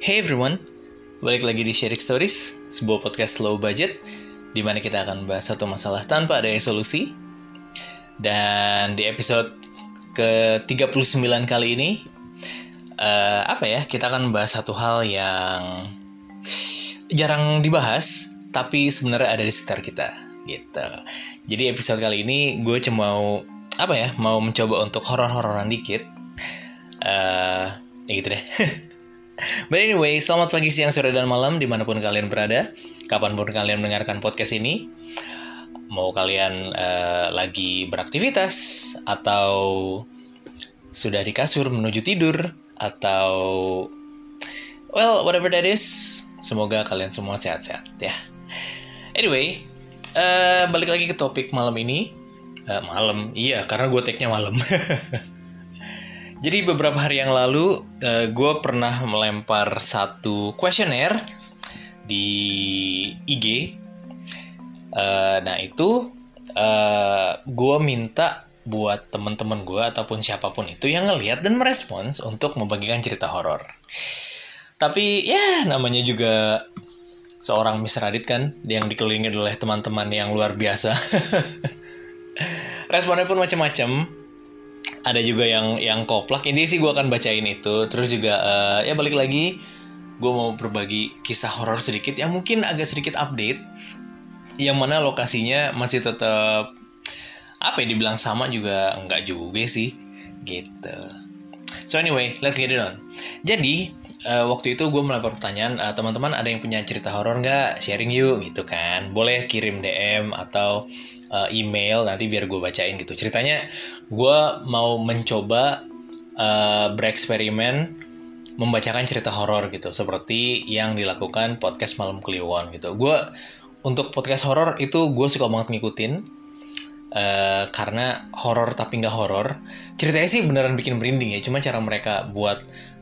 Hey everyone, balik lagi di Sharing Stories, sebuah podcast low budget di mana kita akan bahas satu masalah tanpa ada solusi. Dan di episode ke-39 kali ini kita akan bahas satu hal yang jarang dibahas tapi sebenarnya ada di sekitar kita gitu. Jadi episode kali ini gue cuma mau mencoba untuk horor-hororan dikit. Ya gitu deh. But anyway, selamat pagi, siang, sore, dan malam dimanapun kalian berada, kapanpun kalian mendengarkan podcast ini. Mau kalian lagi beraktivitas, atau sudah di kasur menuju tidur, atau whatever that is. Semoga kalian semua sehat-sehat ya. Anyway, balik lagi ke topik malam ini. Iya, karena gue take-nya malam. Jadi beberapa hari yang lalu gue pernah melempar satu kuesioner di IG. Nah itu gue minta buat teman-teman gue ataupun siapapun itu yang ngelihat dan merespons untuk membagikan cerita horor. Tapi ya namanya juga seorang Miss Radit kan, yang dikelilingi oleh teman-teman yang luar biasa. Responnya pun macam-macam. Ada juga yang koplak. Ini sih gue akan bacain itu. Terus juga ya balik lagi, gue mau berbagi kisah horor sedikit yang mungkin agak sedikit update, yang mana lokasinya masih tetap dibilang sama juga enggak juga sih gitu. So anyway, let's get it on. Jadi waktu itu gue melempar pertanyaan, teman-teman ada yang punya cerita horor nggak? Sharing yuk gitu kan. Boleh kirim DM atau email, nanti biar gue bacain gitu. Ceritanya gue mau mencoba bereksperimen membacakan cerita horor gitu, seperti yang dilakukan podcast Malam Kliwon gitu. Gue untuk podcast horor itu gue suka banget ngikutin, karena horor tapi nggak horor. Ceritanya sih beneran bikin merinding ya, cuma cara mereka buat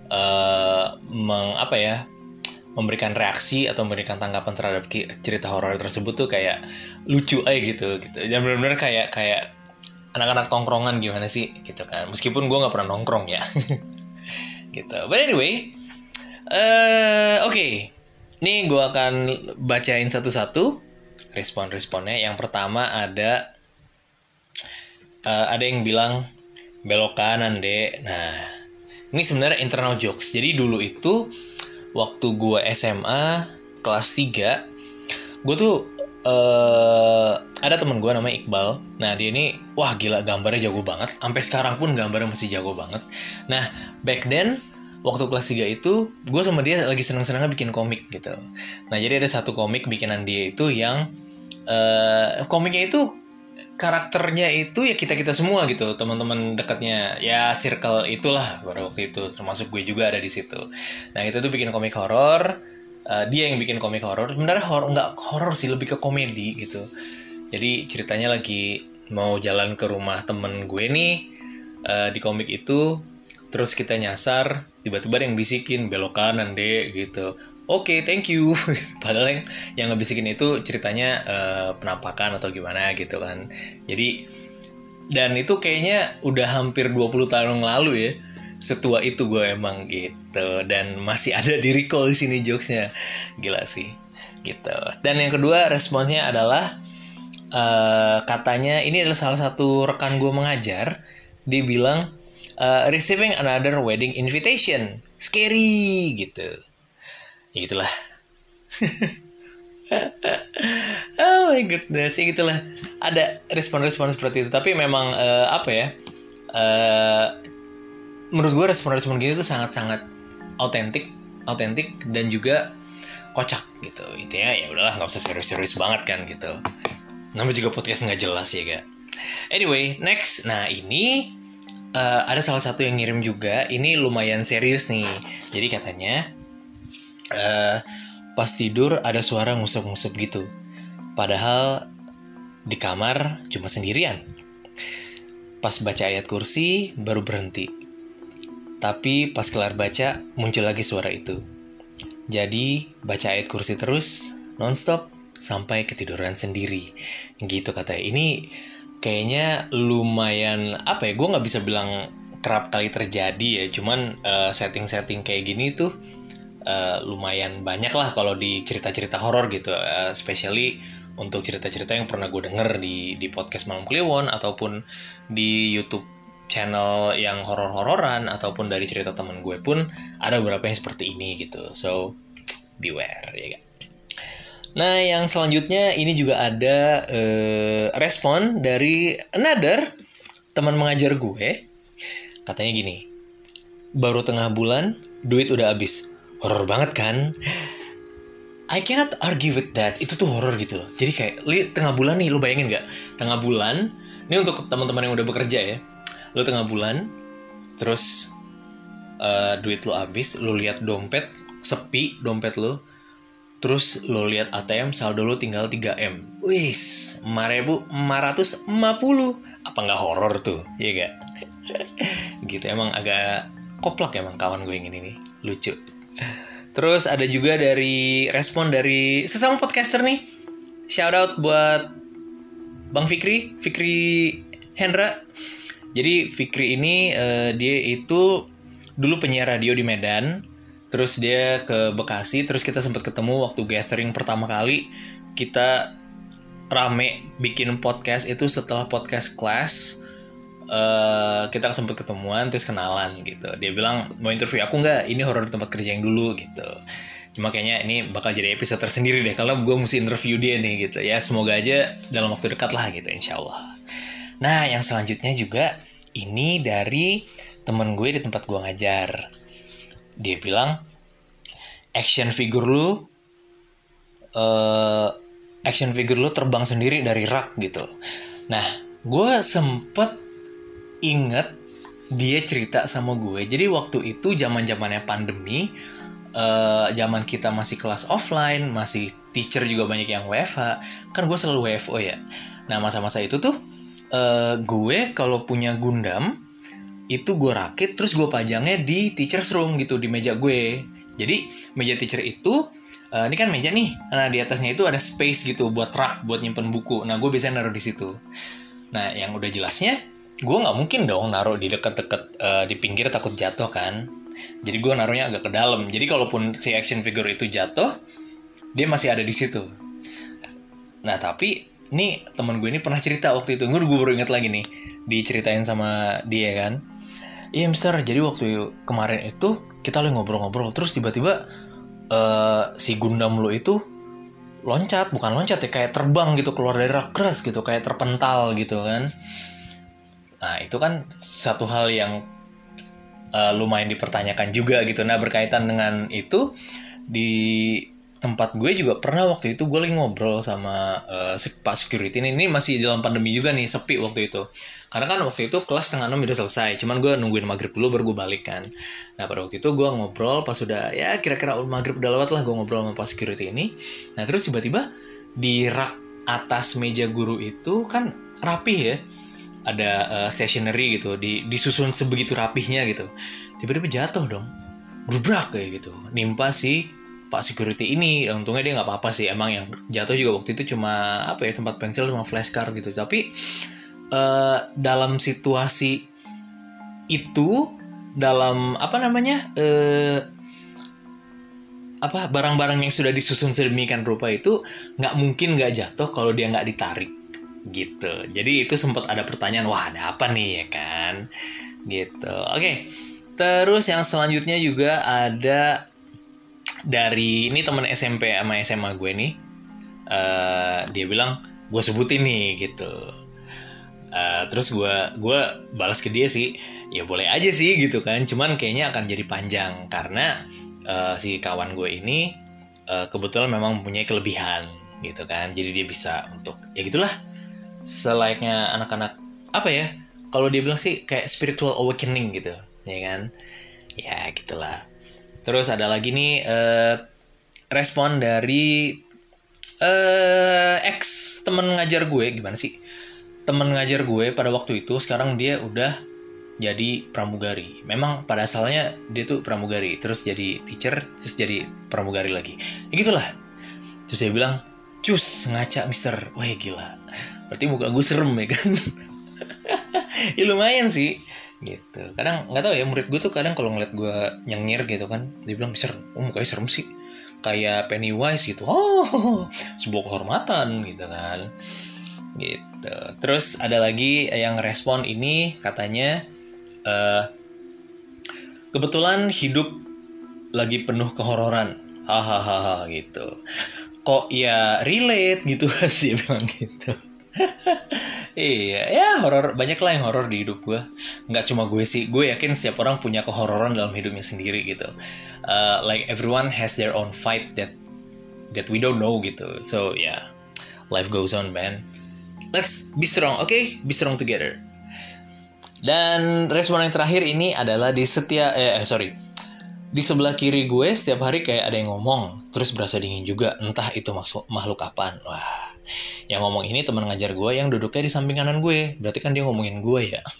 memberikan reaksi atau memberikan tanggapan terhadap cerita horor tersebut tuh kayak lucu aja gitu. Dan benar-benar kayak anak-anak tongkrongan gimana sih gitu kan. Meskipun gue nggak pernah nongkrong ya. Gitu. But anyway, oke. Ini gue akan bacain satu-satu respon-responnya. Yang pertama ada yang bilang belok kanan deh. Nah, ini sebenarnya internal jokes. Jadi dulu itu waktu gue SMA kelas 3, gue tuh ada temen gue namanya Iqbal. Nah dia ini wah gila, gambarnya jago banget. Sampai sekarang pun gambarnya masih jago banget. Nah back then waktu kelas 3 itu gue sama dia lagi seneng-senengnya bikin komik gitu. Nah jadi ada satu komik bikinan dia itu yang komiknya itu karakternya itu ya kita-kita semua gitu, teman-teman dekatnya, ya circle itulah pada waktu itu, termasuk gue juga ada di situ. Nah itu tuh bikin komik horor, dia yang bikin komik horor. Sebenarnya nggak horor sih, lebih ke komedi gitu. Jadi ceritanya lagi mau jalan ke rumah temen gue nih di komik itu, terus kita nyasar, tiba-tiba ada yang bisikin belok kanan deh gitu. Oke, thank you. Padahal yang ngebisikin itu ceritanya penampakan atau gimana gitu kan. Jadi, dan itu kayaknya udah hampir 20 tahun yang lalu ya. Setua itu gue emang gitu. Dan masih ada di recall di sini jokesnya. Gila sih. Gitu. Dan yang kedua responsnya adalah katanya ini adalah salah satu rekan gue mengajar. Dia bilang receiving another wedding invitation. Scary gitu. Ya gitulah. Oh my goodness, ya gitulah. Ada respon-respon seperti itu. Tapi memang menurut gue respon-respon gitu tuh sangat-sangat autentik dan juga kocak gitu. Intinya ya udahlah, nggak usah serius-serius banget kan gitu. Namanya juga podcast nggak jelas ya gak. Anyway, next. Nah ini ada salah satu yang ngirim juga. Ini lumayan serius nih. Jadi katanya pas tidur ada suara ngusep-ngusep gitu. Padahal di kamar cuma sendirian. Pas baca ayat kursi baru berhenti. Tapi pas kelar baca muncul lagi suara itu. Jadi baca ayat kursi terus nonstop sampai ketiduran sendiri. Gitu katanya. Ini kayaknya lumayan gue nggak bisa bilang kerap kali terjadi ya. Cuman setting-setting kayak gini tuh lumayan banyak lah kalau di cerita-cerita horor gitu, especially untuk cerita-cerita yang pernah gue denger di podcast Malam Kliwon ataupun di YouTube channel yang horor-hororan ataupun dari cerita temen gue pun ada beberapa yang seperti ini gitu. So beware ya kan. Nah yang selanjutnya ini juga ada respon dari another teman mengajar gue. Katanya gini, baru tengah bulan duit udah habis. Horor banget kan? I cannot argue with that. Itu tuh horor gitu loh. Jadi kayak tengah bulan nih, lu bayangin gak? Tengah bulan, ini untuk teman-teman yang udah bekerja ya. Lu tengah bulan, terus duit lu habis, lu lihat dompet sepi, dompet lu, terus lu lihat ATM saldo lu tinggal 3M. Wis, 4.450. Apa nggak horor tuh? Iya gak? Gitu, emang agak koplak emang kawan gue yang ini nih, lucu. Terus ada juga dari respon dari sesama podcaster nih. Shout out buat Bang Fikri Hendra. Jadi Fikri ini dia itu dulu penyiar radio di Medan. Terus dia ke Bekasi, terus kita sempat ketemu waktu gathering pertama kali. Kita rame bikin podcast itu setelah podcast class. Kita sempat ketemuan terus kenalan gitu. Dia bilang mau interview aku nggak, ini horor tempat kerja yang dulu gitu. Cuma kayaknya ini bakal jadi episode tersendiri deh karena gue mesti interview dia nih gitu ya. Semoga aja dalam waktu dekat lah gitu, insyaallah. Nah yang selanjutnya juga ini dari temen gue di tempat gue ngajar. Dia bilang action figure lu terbang sendiri dari rak gitu. Nah gue sempet inget dia cerita sama gue. Jadi waktu itu zaman-zamannya pandemi, zaman kita masih kelas offline, masih teacher juga banyak yang WFH. Kan gue selalu WFO ya. Nah masa-masa itu tuh gue kalau punya Gundam itu gue rakit terus gue pajangnya di teacher's room gitu, di meja gue. Jadi meja teacher itu ini kan meja nih. Nah di atasnya itu ada space gitu buat rak, buat nyimpen buku. Nah gue biasanya naruh di situ. Nah yang udah jelasnya gue nggak mungkin dong naruh di deket-deket di pinggir, takut jatuh kan. Jadi gue naruhnya agak ke dalam. Jadi kalaupun si action figure itu jatuh, dia masih ada di situ. Nah tapi nih teman gue ini pernah cerita waktu itu. Gue baru ingat lagi nih, diceritain sama dia kan. Iya mister, jadi waktu kemarin itu kita lagi ngobrol-ngobrol, terus tiba-tiba si Gundam lo itu bukan loncat ya, kayak terbang gitu keluar dari rak keras gitu, kayak terpental gitu kan. Nah itu kan satu hal yang lumayan dipertanyakan juga gitu. Nah berkaitan dengan itu, di tempat gue juga pernah waktu itu gue lagi ngobrol sama Pak Security ini masih dalam pandemi juga nih, sepi waktu itu. Karena kan waktu itu kelas 5:30 udah selesai, cuman gue nungguin maghrib dulu baru gue balik kan. Nah pada waktu itu gue ngobrol pas udah ya kira-kira maghrib udah lewat lah, gue ngobrol sama Pak Security ini. Nah terus tiba-tiba di rak atas meja guru itu kan rapih ya, ada stationery gitu, disusun sebegitu rapihnya gitu. Tiba-tiba jatuh dong, grubrak kayak gitu, nimpa si Pak Security ini. Untungnya dia nggak apa-apa sih, emang yang jatuh juga waktu itu cuma tempat pensil sama flashcard gitu. Tapi dalam situasi itu, dalam barang-barang yang sudah disusun sedemikian rupa itu nggak mungkin nggak jatuh kalau dia nggak ditarik gitu. Jadi itu sempat ada pertanyaan, wah ada apa nih ya kan gitu. Oke. Terus yang selanjutnya juga ada dari ini teman SMP sama SMA gue nih. Dia bilang gue sebutin nih gitu. Terus gue balas ke dia sih, ya boleh aja sih gitu kan. Cuman kayaknya akan jadi panjang karena si kawan gue ini kebetulan memang mempunyai kelebihan gitu kan. Jadi dia bisa untuk ya gitulah, selayaknya anak-anak kalau dia bilang sih kayak spiritual awakening gitu ya kan. Ya gitulah. Terus ada lagi nih respon dari ex teman ngajar gue. Gimana sih, teman ngajar gue pada waktu itu, sekarang dia udah jadi pramugari. Memang pada asalnya dia tuh pramugari, terus jadi teacher, terus jadi pramugari lagi ya gitulah. Terus dia bilang, cus ngaca mister. Wah gila, berarti muka gue serem ya kan. Ya lumayan sih. gitu. Kadang nggak tahu ya, murid gue tuh kadang kalau ngeliat gue nyengir gitu kan, dia bilang, Mister, mukanya serem sih, kayak Pennywise gitu. Oh, sebuah kehormatan gitu kan. Gitu. Terus ada lagi yang respon ini katanya, kebetulan hidup lagi penuh kehororan, hahaha gitu. Kok ya relate gitu sih, dia bilang gitu. Iya, ya horor, banyak lah yang horor di hidup gue. Nggak cuma gue sih, gue yakin setiap orang punya kehororan dalam hidupnya sendiri gitu. Like everyone has their own fight that we don't know gitu. So yeah, life goes on, man. Let's be strong, okay? Be strong together. Dan respon yang terakhir ini adalah di sebelah kiri gue setiap hari kayak ada yang ngomong, terus berasa dingin juga, entah itu makhluk apaan. Wah, yang ngomong ini teman ngajar gue yang duduknya di samping kanan gue, berarti kan dia ngomongin gue ya.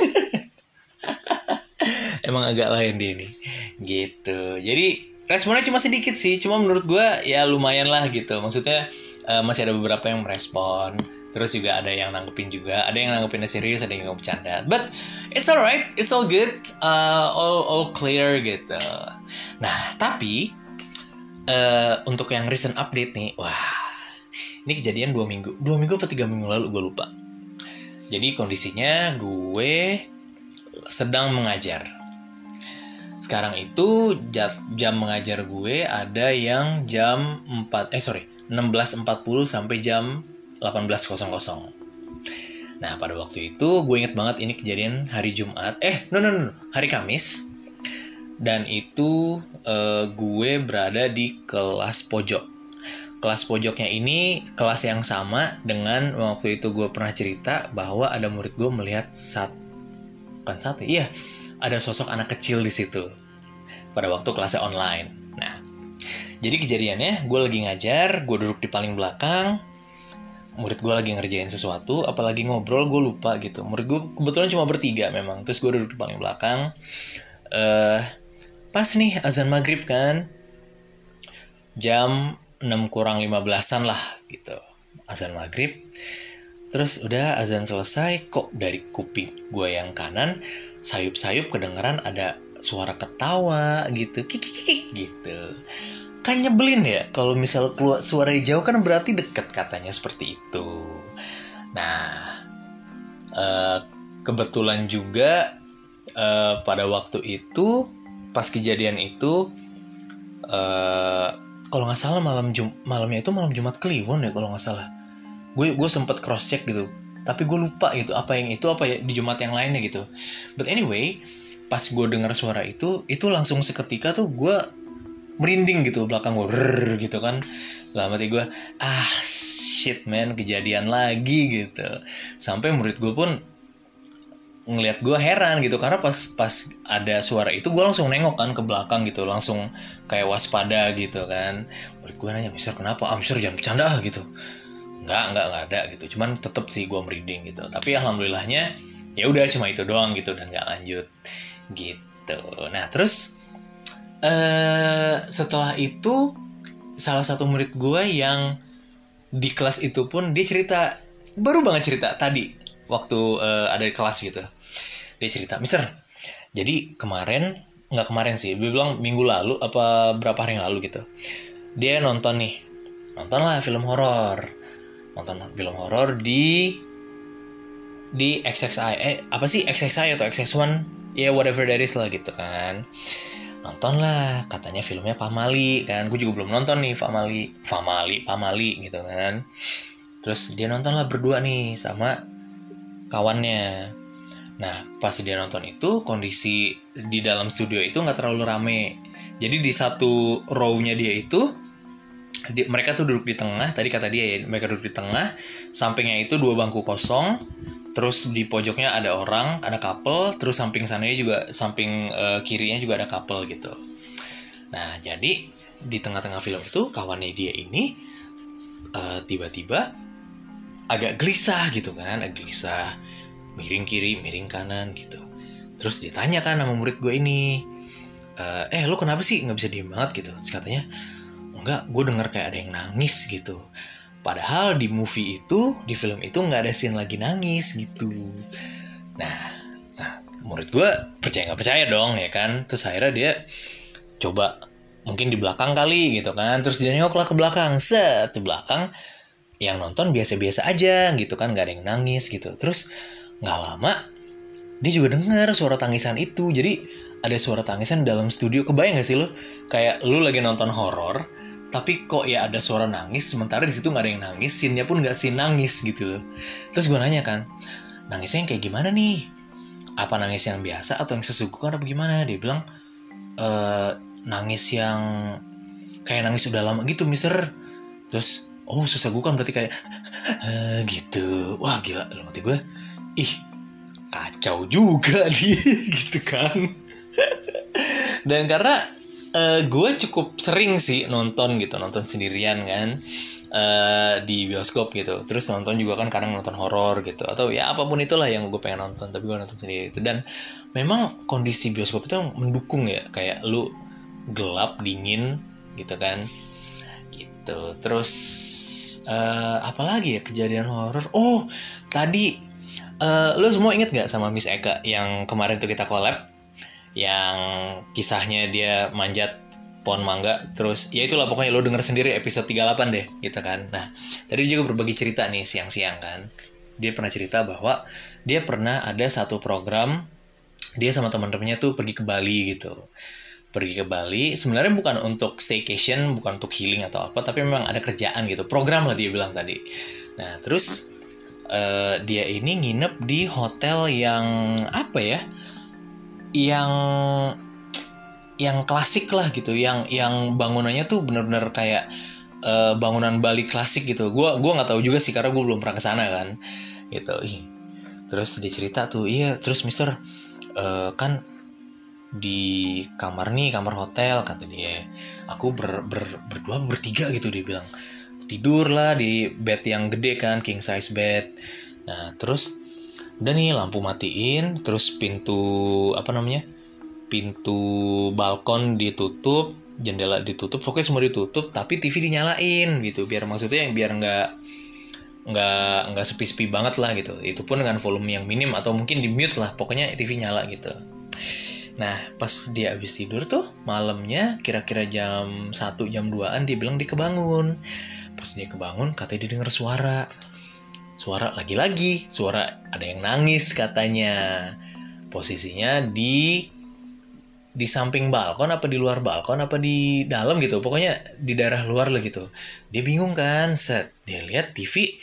Emang agak lain dia nih, gitu. Jadi responnya cuma sedikit sih, cuma menurut gue ya lumayan lah gitu. Maksudnya masih ada beberapa yang merespon. Terus juga ada yang nanggepin juga, ada yang nanggepinnya serius, ada yang bercanda. But it's alright, it's all good, all clear gitu. Nah, tapi untuk yang recent update nih, wah, ini kejadian 2 minggu atau 3 minggu lalu, gue lupa. Jadi kondisinya gue sedang mengajar. Sekarang itu jam mengajar gue ada yang jam 16.40 sampai jam 18.00. Nah, pada waktu itu gue inget banget ini kejadian hari Jumat. Hari Kamis. Dan itu gue berada di kelas pojok. Kelas pojoknya ini kelas yang sama dengan waktu itu gue pernah cerita bahwa ada murid gue melihat ada sosok anak kecil di situ pada waktu kelasnya online. Nah, jadi kejadiannya gue lagi ngajar, gue duduk di paling belakang. Murid gue lagi ngerjain sesuatu, apalagi ngobrol, gue lupa gitu. Murid gue kebetulan cuma bertiga memang. Terus gue duduk di paling belakang. Pas nih azan maghrib kan. Jam 6:15 lah gitu. Azan maghrib. Terus udah azan selesai, kok dari kuping gue yang kanan, sayup-sayup kedengeran ada suara ketawa gitu. Kikik gitu. Kan nyebelin ya kalau misal keluar suara jauh kan berarti deket katanya seperti itu. Nah, kebetulan juga pada waktu itu pas kejadian itu kalau nggak salah malamnya itu malam Jumat Kliwon ya kalau nggak salah. Gue sempat cross check gitu, tapi gue lupa gitu apa ya di Jumat yang lainnya gitu. But anyway, pas gue dengar suara itu langsung seketika tuh gue merinding gitu belakang gue gitu kan. Dalam hati gue, shit man, kejadian lagi gitu. Sampai murid gue pun ngelihat gue heran gitu, karena pas ada suara itu gue langsung nengok kan ke belakang gitu, langsung kayak waspada gitu kan. Murid gue nanya, Mister kenapa? Mister jangan bercanda gitu. Enggak ada gitu. Cuman tetep sih gue merinding gitu. Tapi alhamdulillahnya ya udah cuma itu doang gitu dan nggak lanjut gitu. Nah terus setelah itu salah satu murid gue yang di kelas itu pun dia cerita, baru banget cerita tadi waktu ada di kelas gitu. Dia cerita, Mister, jadi nggak kemarin sih, dia bilang minggu lalu apa berapa hari yang lalu gitu. Dia nontonlah film horor di XXI, apa sih XXI atau XX1, ya whatever that is lah gitu kan. Nonton lah, katanya filmnya Pamali kan. Gue juga belum nonton nih Pamali gitu kan. Terus dia nonton lah berdua nih sama kawannya. Nah pas dia nonton itu kondisi di dalam studio itu gak terlalu rame. Jadi di satu row-nya dia itu mereka tuh duduk di tengah. Tadi kata dia ya, mereka duduk di tengah. Sampingnya itu 2 bangku kosong. Terus di pojoknya ada orang, ada couple. Terus samping kirinya juga ada couple gitu. Nah jadi di tengah-tengah film itu kawannya dia ini tiba-tiba agak gelisah gitu kan, miring kiri, miring kanan gitu. Terus ditanya kan sama murid gue ini, lo kenapa sih nggak bisa diem banget gitu? Terus katanya, enggak, gue denger kayak ada yang nangis gitu. Padahal di film itu nggak ada scene lagi nangis gitu. Nah murid gue percaya nggak percaya dong ya kan. Terus akhirnya dia coba mungkin di belakang kali gitu kan, terus dia nengok lah ke belakang, set di belakang yang nonton biasa-biasa aja gitu kan, nggak ada yang nangis gitu. Terus nggak lama dia juga dengar suara tangisan itu. Jadi ada suara tangisan dalam studio. Kebayang gak sih lo, kayak lu lagi nonton horor tapi kok ya ada suara nangis, sementara di situ nggak ada yang nangis, scene-nya pun nggak scene nangis gitu loh. Terus gue nanya kan, nangisnya yang kayak gimana nih? Apa nangis yang biasa atau yang sesungguhnya apa gimana? Dia bilang, nangis yang kayak nangis udah lama gitu mister. Terus oh sesungguhkan berarti kayak gitu. Wah gila, dalam hati gue, ih kacau juga dia gitu kan. Dan karena gue cukup sering sih nonton sendirian kan, di bioskop gitu. Terus nonton juga kan kadang nonton horor gitu, atau ya apapun itulah yang gue pengen nonton, tapi gue nonton sendiri itu. Dan memang kondisi bioskop itu mendukung ya, kayak lu gelap dingin gitu kan gitu. Terus apalagi ya kejadian horor. Oh tadi lu semua inget gak sama Miss Eka yang kemarin tuh kita collab, yang kisahnya dia manjat pohon mangga? Terus ya itulah pokoknya, lo denger sendiri episode 38 deh gitu kan. Nah tadi dia juga berbagi cerita nih siang-siang kan. Dia pernah cerita bahwa dia pernah ada satu program, dia sama teman-temannya tuh pergi ke Bali gitu. Pergi ke Bali sebenarnya bukan untuk staycation, bukan untuk healing atau apa, tapi memang ada kerjaan gitu, program lah dia bilang tadi. Nah terus dia ini nginep di hotel yang apa ya, yang klasik lah gitu, yang bangunannya tuh benar-benar kayak bangunan Bali klasik gitu. Gua nggak tahu juga sih karena gue belum pernah kesana kan gitu. Terus dia cerita tuh, iya terus mister kan di kamar hotel kata dia, aku berdua bertiga gitu, dia bilang tidur lah di bed yang gede kan, king size bed. Nah terus udah nih lampu matiin, terus pintu balkon ditutup, jendela ditutup, pokoknya semua ditutup, tapi TV dinyalain gitu, biar maksudnya biar nggak sepi-sepi banget lah gitu. Itu pun dengan volume yang minim atau mungkin di mute lah, pokoknya TV nyala gitu. Nah pas dia habis tidur tuh malamnya kira-kira jam 1 jam 2an dia bilang dia kebangun. Pas dia kebangun katanya dia dengar suara lagi-lagi, suara ada yang nangis katanya. Posisinya di samping balkon apa di luar balkon apa di dalam gitu, pokoknya di daerah luar lah gitu. Dia bingung kan, set dia lihat TV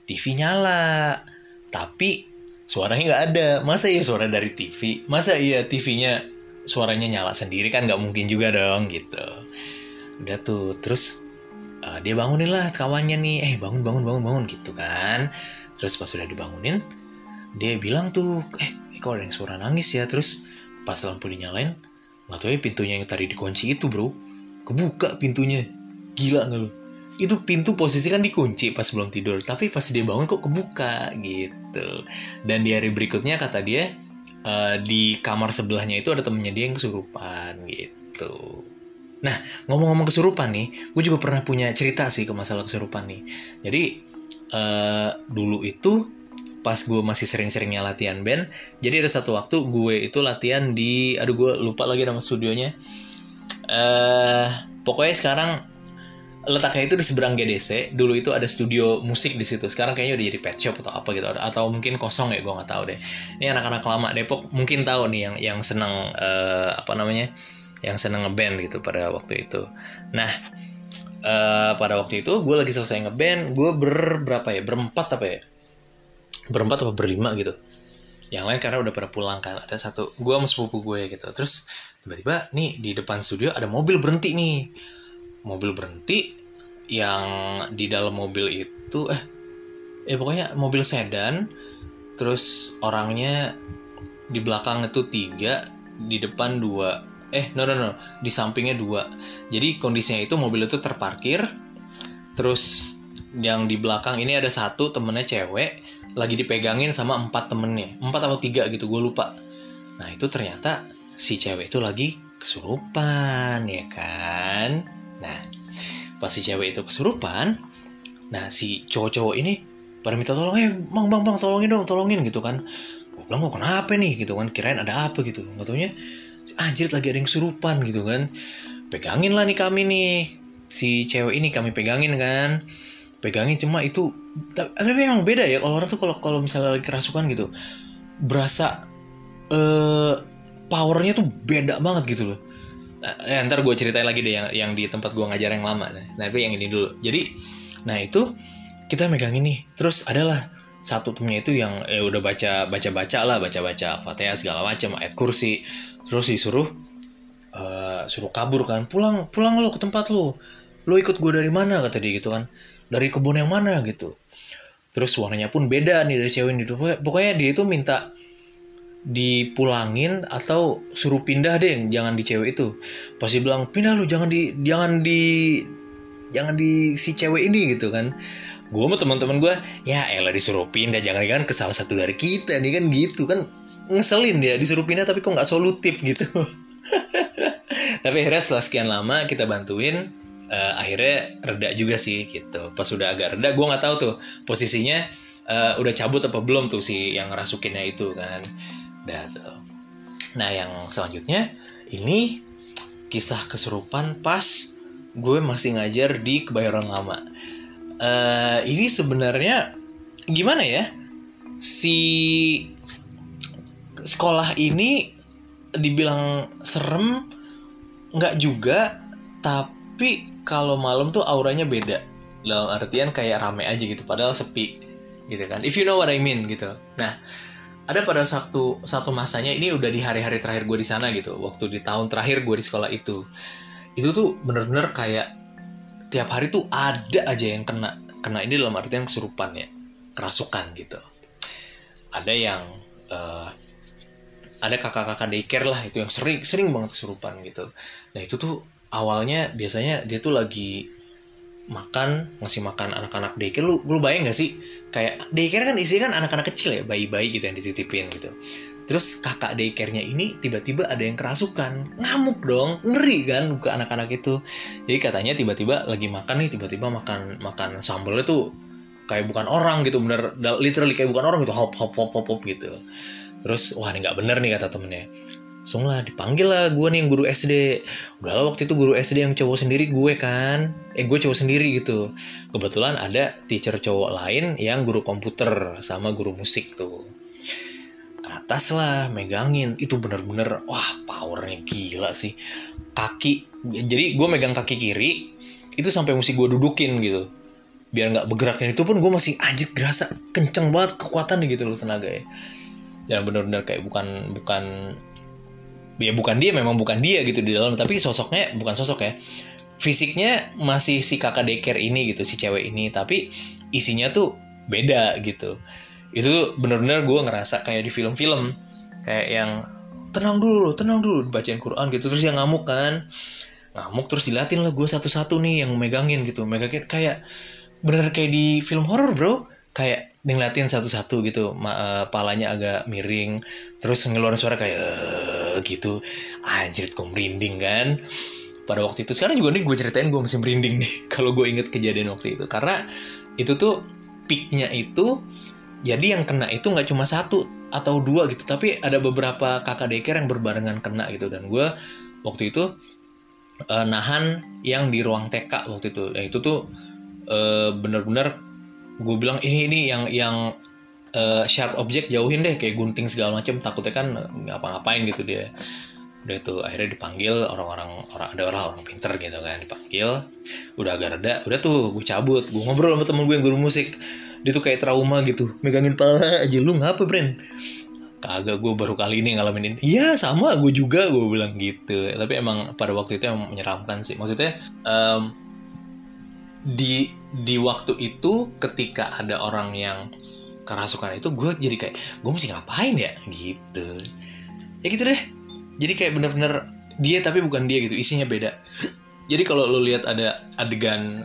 nyala tapi suaranya nggak ada. Masa iya suara dari TV, masa iya TV-nya suaranya nyala sendiri, kan nggak mungkin juga dong gitu. Udah tuh terus dia bangunin lah kawannya nih, bangun gitu kan. Terus pas sudah dibangunin dia bilang tuh, kok ada yang suara nangis ya. Terus pas lampu dinyalain, nggak tahu ya pintunya yang tadi dikunci itu bro, kebuka pintunya. Gila nggak lo? Itu pintu posisi kan dikunci pas belum tidur, tapi pas dia bangun kok kebuka gitu. Dan di hari berikutnya kata dia di kamar sebelahnya itu ada temennya dia yang kesurupan gitu. Nah ngomong-ngomong kesurupan nih, gue juga pernah punya cerita sih ke masalah kesurupan nih. Jadi dulu itu pas gue masih sering-seringnya latihan band, jadi ada satu waktu gue itu latihan di, gue lupa lagi nama studionya. Pokoknya sekarang letaknya itu di seberang GDC. Dulu itu ada studio musik di situ. Sekarang kayaknya udah jadi pet shop atau apa gitu, atau mungkin kosong ya, gue nggak tahu deh. Ini anak-anak lama Depok mungkin tahu nih yang senang yang senang ngeband gitu pada waktu itu. Nah pada waktu itu gue lagi selesai ngeband, gue berempat apa berlima gitu. Yang lain karena udah pada pulang kan. Ada satu gue sama sepupu gue gitu. Terus tiba-tiba nih di depan studio ada mobil berhenti nih. Mobil berhenti, yang di dalam mobil itu pokoknya mobil sedan. Terus orangnya di belakang itu 3, di depan 2. Di sampingnya 2. Jadi kondisinya itu mobil itu terparkir. Terus yang di belakang ini ada satu temennya cewek, lagi dipegangin sama 4 temennya, 4 atau 3 gitu, gue lupa. Nah itu ternyata si cewek itu lagi kesurupan ya kan. Nah pas si cewek itu kesurupan, nah si cowok-cowok ini pada minta tolong, bang tolongin gitu kan. bilang kok kenapa nih gitu kan, kirain ada apa gitu, nggak taunya anjir lagi ada yang kesurupan gitu kan. Pegangin lah nih kami nih si cewek ini, kami pegangin kan, pegangin. Cuma itu tapi memang beda ya kalau orang tuh kalau misalnya lagi kerasukan gitu berasa powernya tuh beda banget gitu loh. Nah, ntar gue ceritain lagi deh yang di tempat gue ngajar yang lama. Nah itu yang ini dulu. Jadi, nah itu kita megangin nih. Terus adalah satu temennya itu yang udah baca Fatihah segala macam, ayat kursi. Terus disuruh suruh kabur kan. Pulang lo ke tempat lo. Lo ikut gue dari mana kata dia gitu kan. Dari kebun yang mana gitu. Terus warnanya pun beda nih dari cewek ini. Pokoknya dia itu minta dipulangin atau suruh pindah deh, jangan di cewek itu. Pasti bilang pindah lu, jangan di si cewek ini gitu kan. Gue sama teman-teman gue ya elah disuruh pindah, jangan ke salah satu dari kita nih kan gitu kan, ngeselin dia disuruh pindah tapi kok nggak solutif gitu. Tapi akhirnya setelah sekian lama kita bantuin, akhirnya reda juga sih gitu. Pas udah agak reda, gue nggak tahu tuh posisinya udah cabut apa belum tuh si yang ngerasukinnya itu kan. Nah yang selanjutnya ini kisah kesurupan pas gue masih ngajar di Kebayoran Lama. Ini sebenarnya gimana ya, si sekolah ini dibilang serem nggak juga, tapi kalau malam tuh auranya beda, dalam artian kayak rame aja gitu padahal sepi gitu kan, if you know what I mean gitu. Nah ada pada satu masanya, ini udah di hari-hari terakhir gue di sana gitu, waktu di tahun terakhir gue di sekolah itu tuh bener-bener kayak tiap hari tuh ada aja yang kena ini dalam artian kesurupan ya, kerasukan gitu. Ada yang ada kakak-kakak daycare lah itu yang sering banget kesurupan gitu. Nah itu tuh awalnya biasanya dia tuh lagi ngasih makan anak-anak daycare. Lu bayang gak sih, kayak daycare kan isinya kan anak-anak kecil ya, bayi-bayi gitu yang dititipin gitu. Terus kakak daycare-nya ini tiba-tiba ada yang kerasukan, ngamuk dong, ngeri kan ke anak-anak itu. Jadi katanya tiba-tiba lagi makan nih, tiba-tiba makan sambalnya tuh kayak bukan orang gitu, bener literally kayak bukan orang gitu, hop gitu. Terus wah ini nggak bener nih kata temennya. Langsung lah dipanggil lah gue nih yang guru SD. Udahlah waktu itu guru SD yang cowok sendiri gue kan. Gue cowok sendiri gitu. Kebetulan ada teacher cowok lain yang guru komputer sama guru musik tuh. Ke atas lah megangin. Itu bener-bener wah powernya gila sih. Jadi gue megang kaki kiri. Itu sampai mesti gue dudukin gitu. Biar gak bergerak. Dan itu pun gue masih anjir berasa kenceng banget kekuatan gitu loh tenaganya. Dan bener-bener kayak bukan dia, memang bukan dia gitu di dalam, tapi sosoknya bukan sosok ya, fisiknya masih si kakak daycare ini gitu, si cewek ini, tapi isinya tuh beda gitu. Itu benar-benar gue ngerasa kayak di film-film, kayak yang tenang dulu dibacain Quran gitu, terus dia ngamuk terus dilatin lah gue satu-satu nih yang megangin kayak bener kayak di film horor bro, kayak ngeliatin satu-satu gitu, palanya agak miring, terus ngeluarin suara kayak gitu, anjir kok merinding kan pada waktu itu. Sekarang juga nih gue ceritain gue masih merinding nih kalau gue inget kejadian waktu itu, karena itu tuh peaknya itu, jadi yang kena itu nggak cuma satu atau dua gitu, tapi ada beberapa kakak daycare yang berbarengan kena gitu. Dan gue waktu itu nahan yang di ruang TK waktu itu. Nah itu tuh bener-bener gue bilang ini yang sharp object jauhin deh, kayak gunting segala macam, takutnya kan ngapa-ngapain gitu dia. Udah itu akhirnya dipanggil ada orang pinter gitu kan, dipanggil, udah agak reda, udah tuh gue cabut, gue ngobrol sama temen gue yang guru musik. Dia tuh kayak trauma gitu, megangin pala aja, lu ngapa Bren? Kagak, gue baru kali ini ngalamin ini. Iya sama gue juga, gue bilang gitu. Tapi emang pada waktu itu emang menyeramkan sih, maksudnya di waktu itu ketika ada orang yang kerasukan itu, gue jadi kayak gue mesti ngapain ya gitu ya gitu deh. Jadi kayak bener-bener dia tapi bukan dia gitu, isinya beda. Jadi kalau lo lihat ada adegan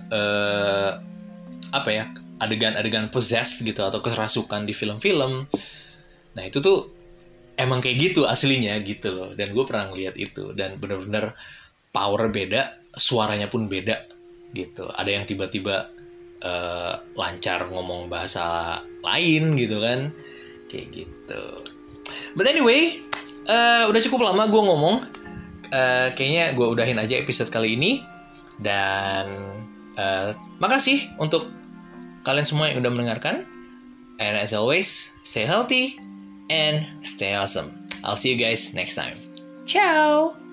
adegan possess gitu atau kerasukan di film-film, nah itu tuh emang kayak gitu aslinya gitu loh. Dan gue pernah ngeliat itu, dan bener-bener power beda, suaranya pun beda gitu. Ada yang tiba-tiba lancar ngomong bahasa lain gitu kan, kayak gitu. But anyway, udah cukup lama gue ngomong. Kayaknya gue udahin aja episode kali ini. Dan makasih untuk kalian semua yang udah mendengarkan. And as always, stay healthy and stay awesome. I'll see you guys next time. Ciao!